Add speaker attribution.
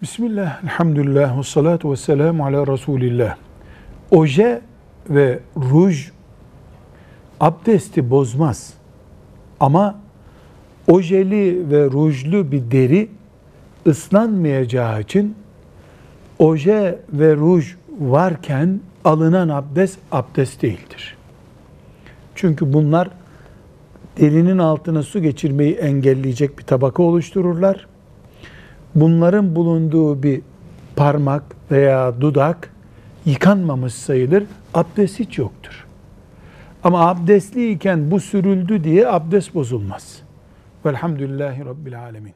Speaker 1: Bismillah, elhamdülillah, ve salatu ve selamu ala Resulillah. Oje ve ruj abdesti bozmaz. Ama ojeli ve rujlu bir deri ıslanmayacağı için oje ve ruj varken alınan abdest, abdest değildir. Çünkü bunlar derinin altına su geçirmeyi engelleyecek bir tabaka oluştururlar. Bunların bulunduğu bir parmak veya dudak yıkanmamış sayılır, abdest hiç yoktur. Ama abdestliyken bu sürüldü diye abdest bozulmaz. Velhamdülillahi Rabbil Alemin.